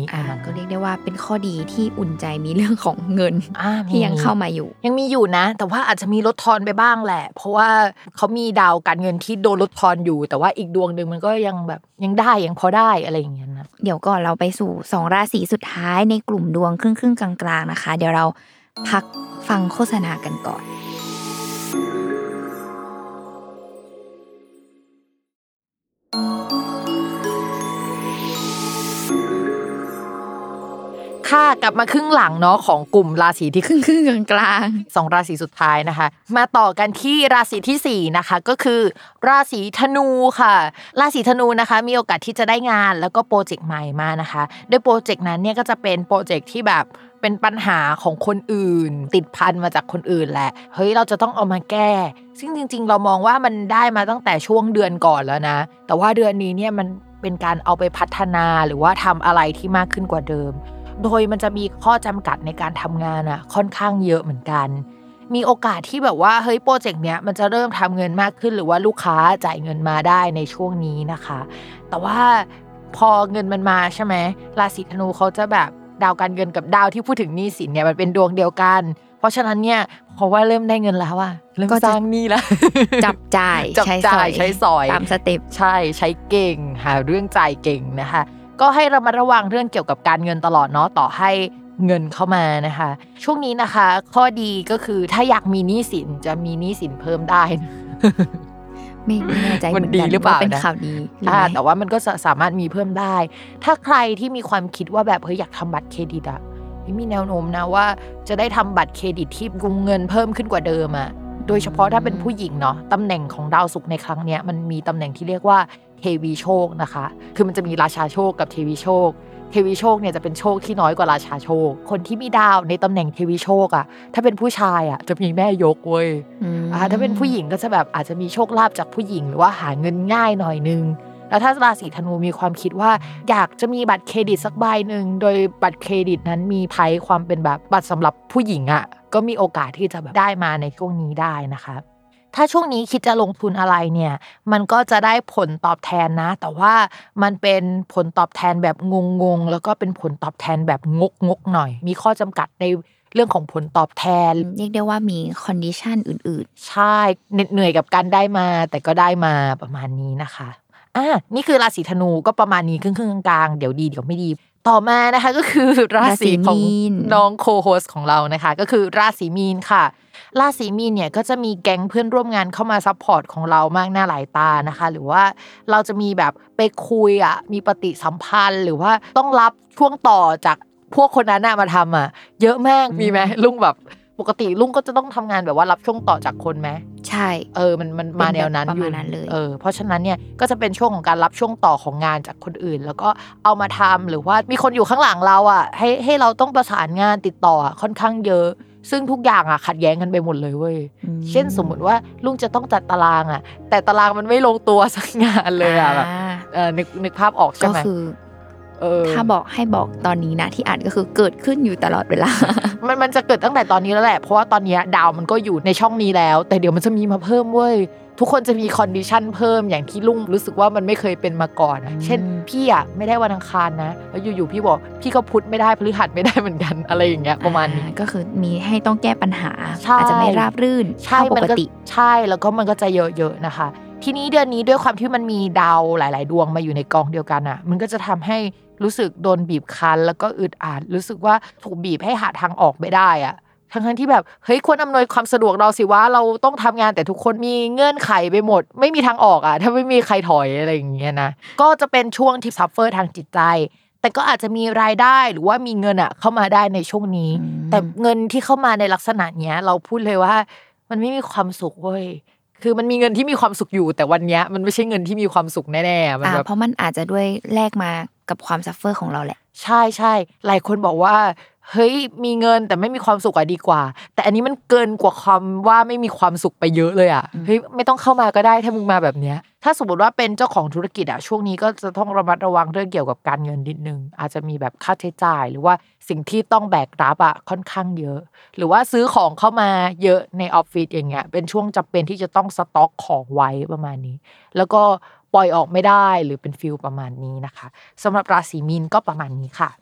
ก็เรียกได้ว่าเป็นข้อดีที่อุ่นใจมีเรื่องของเงินมีที่ยังเข้ามาอยู่ยังมีอยู่นะแต่ว่าอาจจะมีลดทอนไปบ้างแหละเพราะว่าเขามีดาวการเงินที่โดนลดทอนอยู่แต่ว่าอีกดวงนึงมันก็ยังแบบยังได้ยังพอได้อะไรอย่างเงี้ยนะเดี๋ยวก่อนเราไปสู่2ราศีสุดท้ายในกลุ่มดวงครึ่งๆกลางๆนะคะเดี๋ยวเราพักฟังโฆษณากันก่อนค่ะกลับมาครึ่งหลังเนาะของกลุ่มราศีที่ครึ่งๆกลางๆ2ราศีสุดท้ายนะคะมาต่อกันที่ราศีที่4นะคะก็คือราศีธนูค่ะราศีธนูนะคะมีโอกาสที่จะได้งานแล้วก็โปรเจกต์ใหม่มานะคะโดยโปรเจกต์นั้นเนี่ยก็จะเป็นโปรเจกต์ที่แบบเป็นปัญหาของคนอื่นติดพันมาจากคนอื่นแหละเฮ้ยเราจะต้องเอามาแก้ซึ่งจริงๆเรามองว่ามันได้มาตั้งแต่ช่วงเดือนก่อนแล้วนะแต่ว่าเดือนนี้เนี่ยมันเป็นการเอาไปพัฒนาหรือว่าทำอะไรที่มากขึ้นกว่าเดิมโดยมันจะมีข้อจำกัดในการทำงานค่อนข้างเยอะเหมือนกันมีโอกาสที่แบบว่าเฮ้ยโปรเจกต์เนี้ยมันจะเริ่มทำเงินมากขึ้นหรือว่าลูกค้าจ่ายเงินมาได้ในช่วงนี้นะคะแต่ว่าพอเงินมันมาใช่ไหมราศีธนูเขาจะแบบดาวการเงินกับดาวที่พูดถึงหนี้สินเนี่ยมันเป็นดวงเดียวกันเพราะฉะนั้นเนี่ยเพราะว่าเริ่มได้เงินแล้วเริ่มสร้างหนี้แล้วจับจ่ายใช้สอยตามสเต็ปใช่ใช้เก่งหาเรื่องจ่ายเก่งนะคะก็ให้ระมัดระวังเรื่องเกี่ยวกับการเงินตลอดเนาะต่อให้เงินเข้ามานะคะช่วงนี้นะคะข้อดีก็คือถ้าอยากมีหนี้สินจะมีหนี้สินเพิ่มได้ไม่แน่ใจเหมือนกันว่าเป็นข่าวดีแต่ว่ามันก็สามารถมีเพิ่มได้ถ้าใครที่มีความคิดว่าแบบเฮ้ยอยากทำบัตรเครดิตมีแนวโน้มนะว่าจะได้ทำบัตรเครดิตที่วงเงินเพิ่มขึ้นกว่าเดิมโดยเฉพาะถ้าเป็นผู้หญิงเนาะตำแหน่งของดาวศุกร์ในครั้งนี้มันมีตำแหน่งที่เรียกว่าเทวีโชคนะคะคือมันจะมีราชาโชคกับเทวีโชคเทวีโชคเนี่ยจะเป็นโชคที่น้อยกว่าราชาโชคคนที่มีดาวในตำแหน่งเทวีโชคถ้าเป็นผู้ชายจะมีแม่ยกเว้ยถ้าเป็นผู้หญิงก็จะแบบอาจจะมีโชคลาภจากผู้หญิงหรือว่าหาเงินง่ายหน่อยนึงแล้วถ้าราศีธนูมีความคิดว่าอยากจะมีบัตรเครดิตสักใบนึงโดยบัตรเครดิตนั้นมีไพ่ความเป็นแบบบัตรสำหรับผู้หญิงก็มีโอกาสที่จะแบบได้มาในช่วงนี้ได้นะคะถ้าช่วงนี้คิดจะลงทุนอะไรเนี่ยมันก็จะได้ผลตอบแทนนะแต่ว่ามันเป็นผลตอบแทนแบบงงๆแล้วก็เป็นผลตอบแทนแบบงกๆหน่อยมีข้อจำกัดในเรื่องของผลตอบแทนเรียกได้ว่ามีคอนดิชันอื่นๆใช่เหนื่อยกับการได้มาแต่ก็ได้มาประมาณนี้นะคะนี่คือราศีธนูก็ประมาณนี้ครึ่งๆกลางๆเดี๋ยวดีเดี๋ยวไม่ดีต่อมานะคะก็คือราศีของน้องโคโฮสของเรานะคะก็คือราศีมีนค่ะราศีมีนเนี่ยก็จะมีแก๊งเพื่อนร่วมงานเข้ามาซัพพอร์ตของเรามากหน้าหลายตานะคะหรือว่าเราจะมีแบบไปคุยมีปฏิสัมพันธ์หรือว่าต้องรับช่วงต่อจากพวกคนนั้นมาทำเยอะมากมีไหมลุงแบบปกติลุงก็จะต้องทำงานแบบว่ารับช่วงต่อจากคนไหมใช่มันมาแนวนั้นอยู่เพราะฉะนั้นเนี่ยก็จะเป็นช่วงของการรับช่วงต่อของงานจากคนอื่นแล้วก็เอามาทำหรือว่ามีคนอยู่ข้างหลังเราให้เราต้องประสานงานติดต่อค่อนข้างเยอะซึ่งทุกอย่างขัดแย้งกันไปหมดเลยเว้ยเช่นสมมติว่าลุงจะต้องจัดตารางแต่ตารางมันไม่ลงตัวสักงานเลยแบบนึกภาพออกใช่ไหมก็คือถ้าบอกให้บอกตอนนี้นะที่อ่านก็คือเกิดขึ้นอยู่ตลอดเวลามันจะเกิดตั้งแต่ตอนนี้แล้วแหละเพราะว่าตอนนี้ดาวมันก็อยู่ในช่องนี้แล้วแต่เดี๋ยวมันจะมีมาเพิ่มเว้ยทุกคนจะมีคอนดิชันเพิ่มอย่างที่ลุงรู้สึกว่ามันไม่เคยเป็นมาก่อนเช่นพี่ไม่ได้วันอังคารนะแล้วอยู่ๆพี่บอกพี่ก็พุธไม่ได้พฤหัสไม่ได้เหมือนกันอะไรอย่างเงี้ยประมาณนี้ก็คือมีให้ต้องแก้ปัญหาอาจจะไม่ราบรื่นเท่าปกติใช่แล้วก็มันก็จะเยอะๆนะคะทีนี้เดือนนี้ด้วยความที่มันมีดาวหลายๆดวงมาอยู่ในกองเดียวกันมันก็จะทำให้รู้สึกโดนบีบคั้นแล้วก็อึดอัดรู้สึกว่าถูกบีบให้หาทางออกไม่ได้ทั้งที่แบบเฮ้ยควรอำนวยความสะดวกเราสิว่าเราต้องทำงานแต่ทุกคนมีเงื่อนไขไปหมดไม่มีทางออกถ้าไม่มีใครถอยอะไรอย่างเงี้ยนะก็จะเป็นช่วงที่ซัฟเฟอร์ทางจิตใจแต่ก็อาจจะมีรายได้หรือว่ามีเงินเข้ามาได้ในช่วงนี้แต่เงินที่เข้ามาในลักษณะเนี้ยเราพูดเลยว่ามันไม่มีความสุขเว้ยคือมันมีเงินที่มีความสุขอยู่แต่วันนี้มันไม่ใช่เงินที่มีความสุขแน่ๆมันแบบเพราะมันอาจจะด้วยแลกมากับความซัฟเฟอร์ของเราแหละใช่ๆหลายคนบอกว่าเฮ้ยมีเงินแต่ไม่มีความสุขดีกว่าแต่อันนี้มันเกินกว่าความว่าไม่มีความสุขไปเยอะเลยเฮ้ยไม่ต้องเข้ามาก็ได้ถ้ามึงมาแบบเนี้ยถ้าสมมติว่าเป็นเจ้าของธุรกิจช่วงนี้ก็จะต้องระมัดระวังเรื่องเกี่ยวกับการเงินนิดนึงอาจจะมีแบบค่าใช้จ่ายหรือว่าสิ่งที่ต้องแบกรับค่อนข้างเยอะหรือว่าซื้อของเข้ามาเยอะในออฟฟิศอย่างเงี้ยเป็นช่วงจำเป็นที่จะต้องสต็อกของไว้ประมาณนี้แล้วก็ปล่อยออกไม่ได้หรือเป็นฟีลประมาณนี้นะคะสำหรับราศีมีนก็ประมาณนี้ค่ะ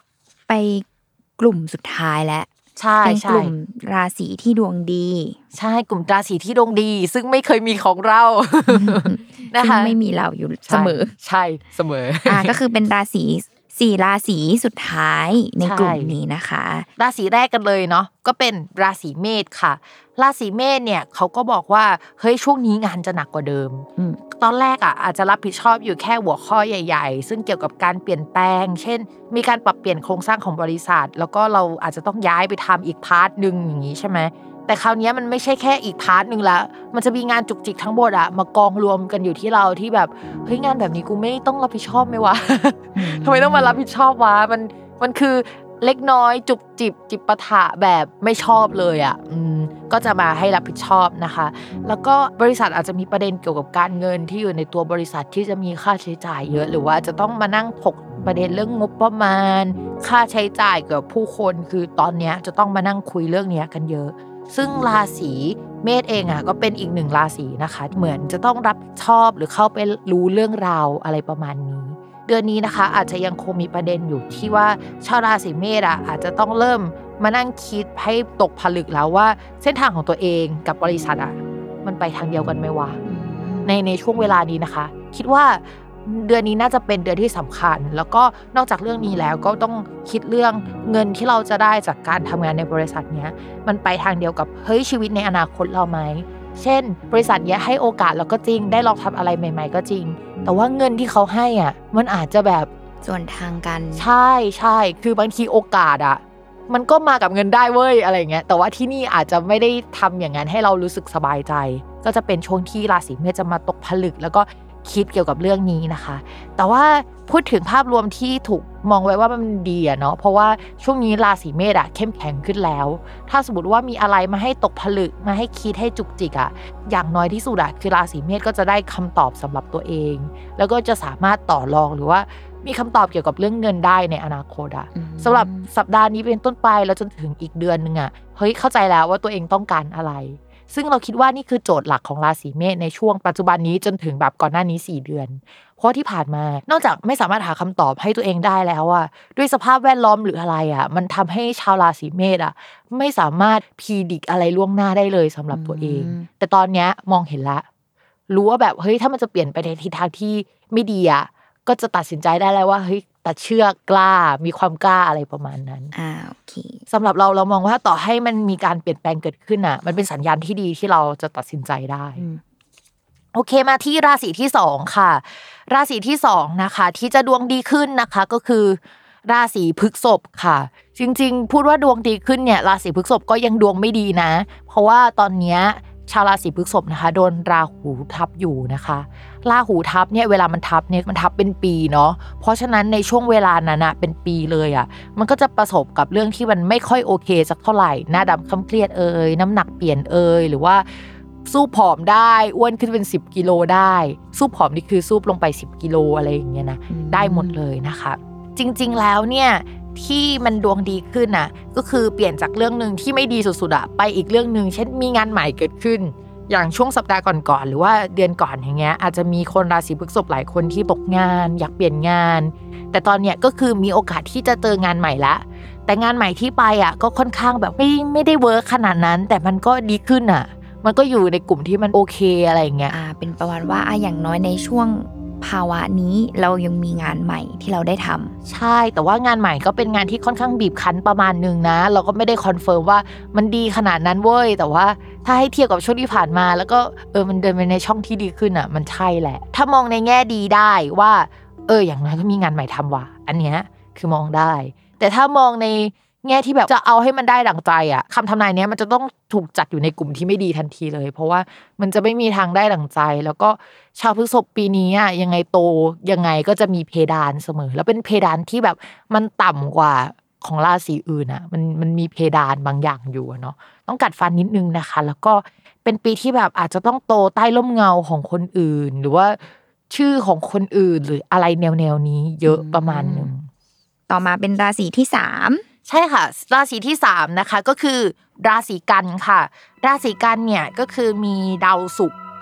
ไปกลุ่มสุดท้ายแล้วใช่เป็นกลุ่มราศีที่ดวงดีใช่กลุ่มราศีที่ดวงดีซึ่งไม่เคยมีของเรานะคะซึ่งไม่มีเราอยู่เสมอใช่เสมอก็คือเป็นราศี4ราศีสุดท้ายในกลุ่มนี้นะคะราศีแรกกันเลยเนาะก็เป็นราศีเมษค่ะราศีเมษเนี่ยเขาก็บอกว่าเฮ้ยช่วงนี้งานจะหนักกว่าเดิมตอนแรกอาจจะรับผิดชอบอยู่แค่หัวข้อใหญ่ๆซึ่งเกี่ยวกับการเปลี่ยนแปลงเช่นมีการปรับเปลี่ยนโครงสร้างของบริษัทแล้วก็เราอาจจะต้องย้ายไปทำอีกพาร์ทนึงอย่างนี้ใช่ไหมแต่คราวนี้มันไม่ใช่แค่อีกพาร์ทนึงละมันจะมีงานจุกจิกทั้งหมดมากองรวมกันอยู่ที่เราที่แบบเฮ้ยงานแบบนี้กูไม่ต้องรับผิดชอบไหมวะ ทำไมต้องมารับผิดชอบวะมันคือเล็กน้อยจุกจิบปะทะแบบไม่ชอบเลยก็จะมาให้รับผิดชอบนะคะแล้วก็บริษัทอาจจะมีประเด็นเกี่ยวกับการเงินที่อยู่ในตัวบริษัทที่จะมีค่าใช้จ่ายเยอะหรือว่าจะต้องมานั่งถกประเด็นเรื่องงบประมาณค่าใช้จ่ายกับผู้คนคือตอนนี้จะต้องมานั่งคุยเรื่องนี้กันเยอะซึ่งราศีเมษเองก็เป็นอีกหนึ่งราศีนะคะเหมือนจะต้องรับผิดชอบหรือเข้าไปรู้เรื่องราวอะไรประมาณนี้เดือนนี้นะคะอาจจะยังคงมีประเด็นอยู่ที่ว่าชาวราศีเมษอาจจะต้องเริ่มมานั่งคิดให้ตกผลึกแล้วว่าเส้นทางของตัวเองกับบริษัทมันไปทางเดียวกันไหมวะในช่วงเวลานี้นะคะคิดว่าเดือนนี้น่าจะเป็นเดือนที่สำคัญแล้วก็นอกจากเรื่องนี้แล้วก็ต้องคิดเรื่องเงินที่เราจะได้จากการทำงานในบริษัทเนี้ยมันไปทางเดียวกับเฮ้ยชีวิตในอนาคตเราไหมเช่นบริษัทเนี้ยให้โอกาสเราก็จริงได้ลองทำอะไรใหม่ๆก็จริงแต่ว่าเงินที่เขาให้มันอาจจะแบบส่วนทางกันใช่คือบางทีโอกาสมันก็มากับเงินได้เว้ยอะไรเงี้ยแต่ว่าที่นี่อาจจะไม่ได้ทำอย่างนั้นให้เรารู้สึกสบายใจก็จะเป็นช่วงที่ราศีเมษจะมาตกผลึกแล้วก็คิดเกี่ยวกับเรื่องนี้นะคะแต่ว่าพูดถึงภาพรวมที่ถูกมองไว้ว่ามันดีเนาะเพราะว่าช่วงนี้ราศีเมษเข้มแข็งขึ้นแล้วถ้าสมมติว่ามีอะไรมาให้ตกผลึกมาให้คิดให้จุกจิกอย่างน้อยที่สุดคือราศีเมษก็จะได้คำตอบสำหรับตัวเองแล้วก็จะสามารถต่อรองหรือว่ามีคำตอบเกี่ยวกับเรื่องเงินได้ในอนาคตสำหรับสัปดาห์นี้เป็นต้นไปแล้วจนถึงอีกเดือนนึงเฮ้ยเข้าใจแล้วว่าตัวเองต้องการอะไรซึ่งเราคิดว่านี่คือโจทย์หลักของราศีเมษในช่วงปัจจุบันนี้จนถึงแบบก่อนหน้านี้4เดือนเพราะที่ผ่านมานอกจากไม่สามารถหาคำตอบให้ตัวเองได้แล้วด้วยสภาพแวดล้อมหรืออะไรมันทำให้ชาวราศีเมษไม่สามารถพีดิกอะไรล่วงหน้าได้เลยสำหรับตัวเองแต่ตอนนี้มองเห็นละรู้ว่าแบบเฮ้ยถ้ามันจะเปลี่ยนไปในทิศทางที่ไม่ดีก็จะตัดสินใจได้แล้วว่าเฮ้ยตัดเชือกกล้ามีความกล้าอะไรประมาณนั้นโอเคสำหรับเรามองว่าต่อให้มันมีการเปลี่ยนแปลงเกิดขึ้นมันเป็นสัญญาณที่ดีที่เราจะตัดสินใจได้โอเคมาที่ราศีที่2ค่ะราศีที่2นะคะที่จะดวงดีขึ้นนะคะก็คือราศีพฤษภค่ะจริงๆพูดว่าดวงดีขึ้นเนี่ยราศีพฤษภก็ยังดวงไม่ดีนะเพราะว่าตอนนี้ชาวราศีพฤษภนะคะโดนราหูทับอยู่นะคะราหูทับเนี่ยเวลามันทับเนี่ยมันทับเป็นปีเนาะเพราะฉะนั้นในช่วงเวลานั้นเป็นปีเลยมันก็จะประสบกับเรื่องที่มันไม่ค่อยโอเคสักเท่าไหร่หน้าดำคล้ำเครียดน้ำหนักเปลี่ยนหรือว่าสู้ผอมได้อ้วนขึ้นเป็น10กิโลได้สู้ผอมนี่คือสู้ลงไป10กิโลอะไรอย่างเงี้ยนะได้หมดเลยนะคะจริงๆแล้วเนี่ยที่มันดวงดีขึ้นก็คือเปลี่ยนจากเรื่องนึงที่ไม่ดีสุดๆไปอีกเรื่องนึงเช่นมีงานใหม่เกิดขึ้นอย่างช่วงสัปดาห์ก่อนๆหรือว่าเดือนก่อนอย่างเงี้ยอาจจะมีคนราศีพฤษภหลายคนที่ตกงานอยากเปลี่ยนงานแต่ตอนเนี้ยก็คือมีโอกาสที่จะเจองานใหม่ละแต่งานใหม่ที่ไปก็ค่อนข้างแบบไม่ได้เวิร์คขนาดนั้นแต่มันก็ดีขึ้นมันก็อยู่ในกลุ่มที่มันโอเคอะไรอย่างเงี้ยเป็นประมาณว่าอย่างน้อยในช่วงภาวะนี้เรายังมีงานใหม่ที่เราได้ทำใช่แต่ว่างานใหม่ก็เป็นงานที่ค่อนข้างบีบคั้นประมาณนึงนะเราก็ไม่ได้คอนเฟิร์มว่ามันดีขนาดนั้นเว้ยแต่ว่าถ้าให้เทียบกับช่วงที่ผ่านมาแล้วก็มันเดินไปในช่องที่ดีขึ้นมันใช่แหละถ้ามองในแง่ดีได้ว่าอย่างน้อยก็มีงานใหม่ทำว่ะอันเนี้ยคือมองได้แต่ถ้ามองในแง่ที่แบบจะเอาให้มันได้ดั่งใจคำทำนายเนี้ยมันจะต้องถูกจัดอยู่ในกลุ่มที่ไม่ดีทันทีเลยเพราะว่ามันจะไม่มีทางได้ดั่งใจแล้วก็ชาวพฤษภปีนี้ยังไงโตยังไงก็จะมีเพดานเสมอแล้วเป็นเพดานที่แบบมันต่ำกว่าของราศีอื่นมันมีเพดานบางอย่างอยู่เนาะต้องกัดฟันนิดนึงนะคะแล้วก็เป็นปีที่แบบอาจจะต้องโตใต้ร่มเงาของคนอื่นหรือว่าชื่อของคนอื่นหรืออะไรแนวนี้เยอะประมาณนึงต่อมาเป็นราศีที่3 ใช่ค่ะราศีที่3นะคะก็คือราศีกันค่ะราศีกันเนี่ยก็คือมีดาวศุกร์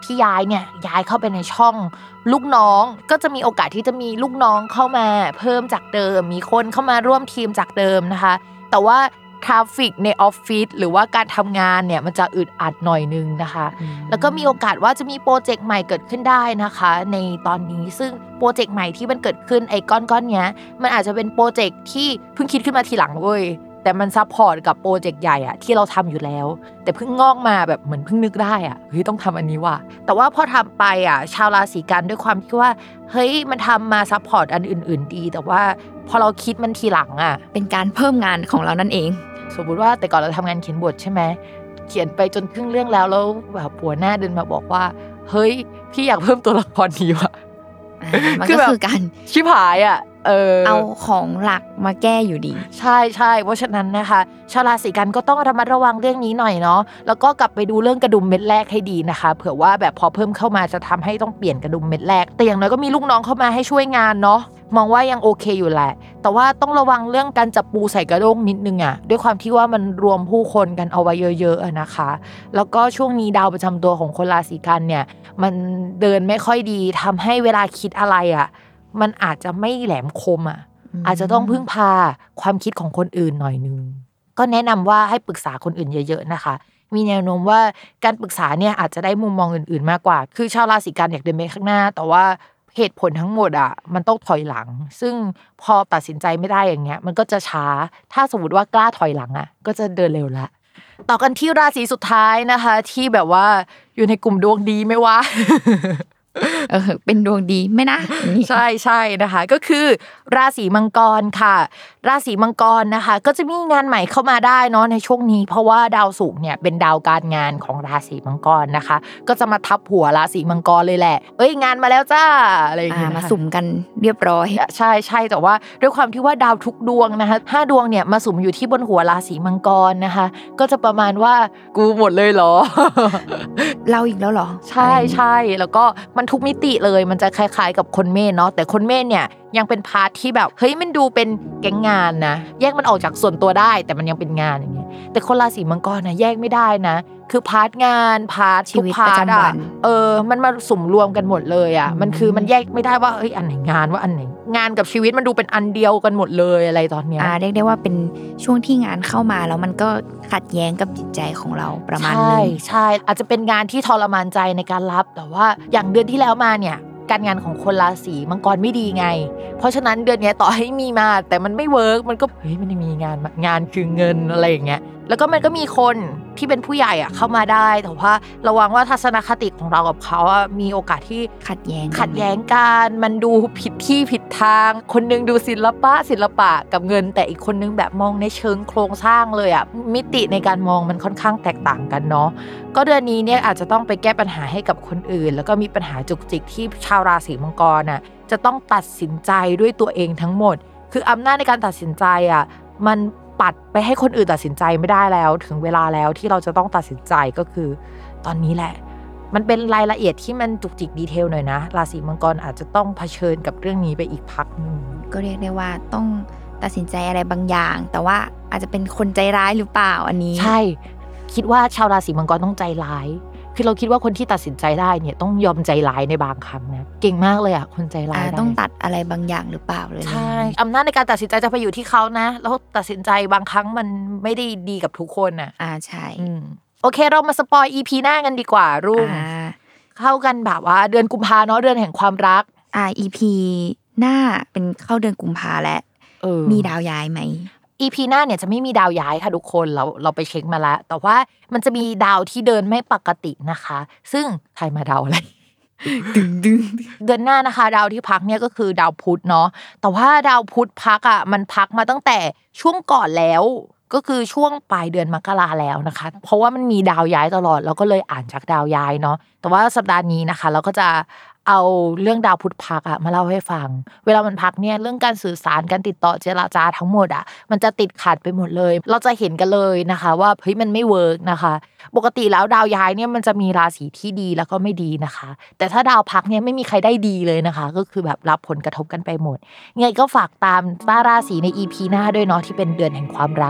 ที่ย้ายเนี่ยย้ายเข้าไปในช่องลูกน้องก็จะมีโอกาสที่จะมีลูกน้องเข้ามาเพิ่มจากเดิมมีคนเข้ามาร่วมทีมจากเดิมนะคะแต่ว่าทราฟฟิกในออฟฟิศหรือว่าการทำงานเนี่ยมันจะอึดอัดหน่อยนึงนะคะแล้วก็มีโอกาสว่าจะมีโปรเจกต์ใหม่เกิดขึ้นได้นะคะในตอนนี้ซึ่งโปรเจกต์ใหม่ที่มันเกิดขึ้นไอ้ก้อนๆเนี้ยมันอาจจะเป็นโปรเจกต์ที่เพิ่งคิดขึ้นมาทีหลังเว้ยแต่มันซัพพอร์ตกับโปรเจกต์ใหญ่อะที่เราทำอยู่แล้วแต่เพิ่งงอกมาแบบเหมือนเพิ่งนึกได้อะเฮ้ยต้องทำอันนี้ว่ะแต่ว่าพอทำไปอะชาวราศีกันด้วยความที่ว่าเฮ้ยมันทำมาซัพพอร์ตอันอื่นๆดีแต่ว่าพอเราคิดมันทีหลังอะเป็นการเพิ่มงานของเรานั่นเองสมมติว่าแต่ก่อนเราทำงานเขียนบทใช่ไหมเขียนไปจนครึ่งเรื่องแล้วแบบหัวหน้าเดินมาบอกว่าเฮ้ยพี่อยากเพิ่มตัวละครนี้ว่ะมันก็คือการชิบหายอ่ะเอาของหลักมาแก้อยู่ดีใช่ๆเพราะฉะนั้นนะคะชาวราศีกันก็ต้องระมัดระวังเรื่องนี้หน่อยเนาะแล้วก็กลับไปดูเรื่องกระดุมเม็ดแรกให้ดีนะคะเผื่อว่าแบบพอเพิ่มเข้ามาจะทำให้ต้องเปลี่ยนกระดุมเม็ดแรกแต่อย่างน้อยก็มีลูกน้องเข้ามาให้ช่วยงานเนาะมองว่ายังโอเคอยู่แหละแต่ว่าต้องระวังเรื่องการจับปูใส่กระด้งนิดนึงอ่ะด้วยความที่ว่ามันรวมผู้คนกันเอาไว้เยอะๆนะคะแล้วก็ช่วงนี้ดาวประจำตัวของคนราศีกันเนี่ยมันเดินไม่ค่อยดีทำให้เวลาคิดอะไรอ่ะมันอาจจะไม่แหลมคมอ่ะอาจจะต้องพึ่งพาความคิดของคนอื่นหน่อยนึงก็แนะนำว่าให้ปรึกษาคนอื่นเยอะๆนะคะมีแนวโน้มว่าการปรึกษาเนี่ยอาจจะได้มุมมองอื่นๆมากกว่าคือชาวราศีกันอยากเดินไปข้างหน้าแต่ว่าเหตุผลทั้งหมดอ่ะมันต้องถอยหลังซึ่งพอตัดสินใจไม่ได้อย่างเงี้ยมันก็จะช้าถ้าสมมติว่ากล้าถอยหลังอ่ะก็จะเดินเร็วละต่อกันที่ราศีสุดท้ายนะคะที่แบบว่าอยู่ในกลุ่มดวงดีไม่ว่าเป็นดวงดีไหมนะใช่ๆนะคะก็คือราศีมังกรค่ะราศีมังกรนะคะก็จะมีงานใหม่เข้ามาได้เนาะในช่วงนี้เพราะว่าดาวศุกร์เนี่ยเป็นดาวการงานของราศีมังกรนะคะก็จะมาทับหัวราศีมังกรเลยแหละงานมาแล้วจ้าอะไรอย่างเงี้ยมาสุ่มกันเรียบร้อยใช่ๆแต่ว่าด้วยความที่ว่าดาวทุกดวงนะคะ5ดวงเนี่ยมาสุ่มอยู่ที่บนหัวราศีมังกรนะคะก็จะประมาณว่ากูหมดเลยเหรอเราอีกแล้วเหรอใช่ๆแล้วก็มันทุกมิติเลยมันจะคล้ายๆกับคนเมษเนาะแต่คนเมษเนี่ยยังเป็นพาร์ทที่แบบเฮ้ยมันดูเป็นแก๊งงานนะแยกมันออกจากส่วนตัวได้แต่มันยังเป็นงานอย่างเงี้ยแต่คนราศีมังกรนะแยกไม่ได้นะคือพาร์ทงานพาร์ทชีวิตประจำวันมันมาสุ่มรวมกันหมดเลยอ่ะมันคือมันแยกไม่ได้ว่าเอ้ยอันไหนงานว่าอันไหนงานกับชีวิตมันดูเป็นอันเดียวกันหมดเลยอะไรตอนเนี้ยเรียกได้ว่าเป็นช่วงที่งานเข้ามาแล้วมันก็ขัดแย้งกับจิตใจของเราประมาณนึงใช่อาจจะเป็นงานที่ทรมานใจในการรับแต่ว่าอย่างเดือนที่แล้วมาเนี่ยการงานของคนราศีมังกรไม่ดีไงเพราะฉะนั้นเดือนนี้ต่อให้มีมาแต่มันไม่เวิร์กมันก็มันไม่มีงานคือเงินอะไรอย่างเงี้ยแล้วก็มันก็มีคนที่เป็นผู้ใหญ่อ่ะเข้ามาได้แต่ว่าระวังว่าทัศนคติของเรากับเขาอ่ะมีโอกาสที่ขัดแย้งกันมันดูผิดที่ผิดทางคนนึงดูศิลปะกับเงินแต่อีกคนนึงแบบมองในเชิงโครงสร้างเลยอ่ะมิติในการมองมันค่อนข้างแตกต่างกันเนาะก็เดือนนี้เนี่ยอาจจะต้องไปแก้ปัญหาให้กับคนอื่นแล้วก็มีปัญหาจุกจิกที่ชาวราศีมังกรน่ะจะต้องตัดสินใจด้วยตัวเองทั้งหมดคืออำนาจในการตัดสินใจอ่ะมันปัดไปให้คนอื่นตัดสินใจไม่ได้แล้วถึงเวลาแล้วที่เราจะต้องตัดสินใจก็คือตอนนี้แหละมันเป็นรายละเอียดที่มันจุกจิกดีเทลหน่อยนะราศีมังกรอาจจะต้องเผชิญกับเรื่องนี้ไปอีกพักนึงก็เรียกได้ว่าต้องตัดสินใจอะไรบางอย่างแต่ว่าอาจจะเป็นคนใจร้ายหรือเปล่าอันนี้ใช่คิดว่าชาวราศีมังกรต้องใจร้ายคือเราคิดว่าคนที่ตัดสินใจได้เนี่ยต้องยอมใจร้ายในบางครั้งนะเก่งมากเลยอ่ะคนใจร้ายต้องตัดอะไรบางอย่างหรือเปล่าเลยใช่อำนาจในการตัดสินใจจะไปอยู่ที่เขานะแล้วตัดสินใจบางครั้งมันไม่ได้ดีกับทุกคนน่ะใช่โอเคเรามาสปอย EP หน้ากันดีกว่ารุ่งเข้ากันแบบว่าเดือนกุมภาเนาะเดือนแห่งความรัก EP หน้าเป็นเข้าเดือนกุมภาและมีดาวย้ายไหม EP หน้าเนี่ยจะไม่มีดาวย้ายค่ะทุกคนเราไปเช็คมาแล้วแต่ว่ามันจะมีดาวที่เดินไม่ปกตินะคะซึ่งทายมาดาวอะไรดึงเดือนหน้านะคะดาวที่พักเนี่ยก็คือดาวพุธเนาะแต่ว่าดาวพุธพักอ่ะมันพักมาตั้งแต่ช่วงก่อนแล้วก็คือช่วงปลายเดือนมกราแล้วนะคะเพราะว่ามันมีดาวย้ายตลอดเราก็เลยอ่านจากดาวย้ายเนาะแต่ว่าสัปดาห์นี้นะคะเราก็จะเอาเรื่องดาวพุธพักมาเล่าให้ฟังเวลามันพักเนี่ยเรื่องการสื่อสารการติดต่อเจรจาทั้งหมดมันจะติดขัดไปหมดเลยเราจะเห็นกันเลยนะคะว่าเฮ้ยมันไม่เวิร์กนะคะปกติแล้วดาวย้ายเนี่ยมันจะมีราศีที่ดีแล้วก็ไม่ดีนะคะแต่ถ้าดาวพักเนี่ยไม่มีใครได้ดีเลยนะคะก็คือแบบรับผลกระทบกันไปหมดไงก็ฝากตามราศีใน EP หน้าด้วยเนาะที่เป็นเดือนแห่งความรัก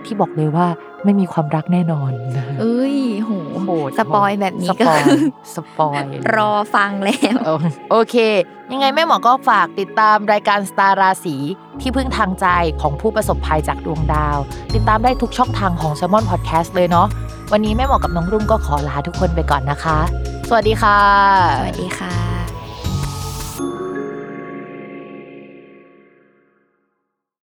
ที่บอกเลยว่าไม่มีความรักแน่นอนนะเอ้ยโหโหดสปอยแบบนี้สก็ปอยสปอยรอฟังแล้วโอเคยังไงแม่หมอก็ฝากติดตามรายการสตาร์ราศีที่พึ่งทางใจของผู้ประสบภัยจากดวงดาวติดตามได้ทุกช่องทางของ Salmon Podcast เลยเนาะวันนี้แม่หมอกับน้องรุ่งก็ขอลาทุกคนไปก่อนนะคะสวัสดีค่ะสวัสดีค่ะ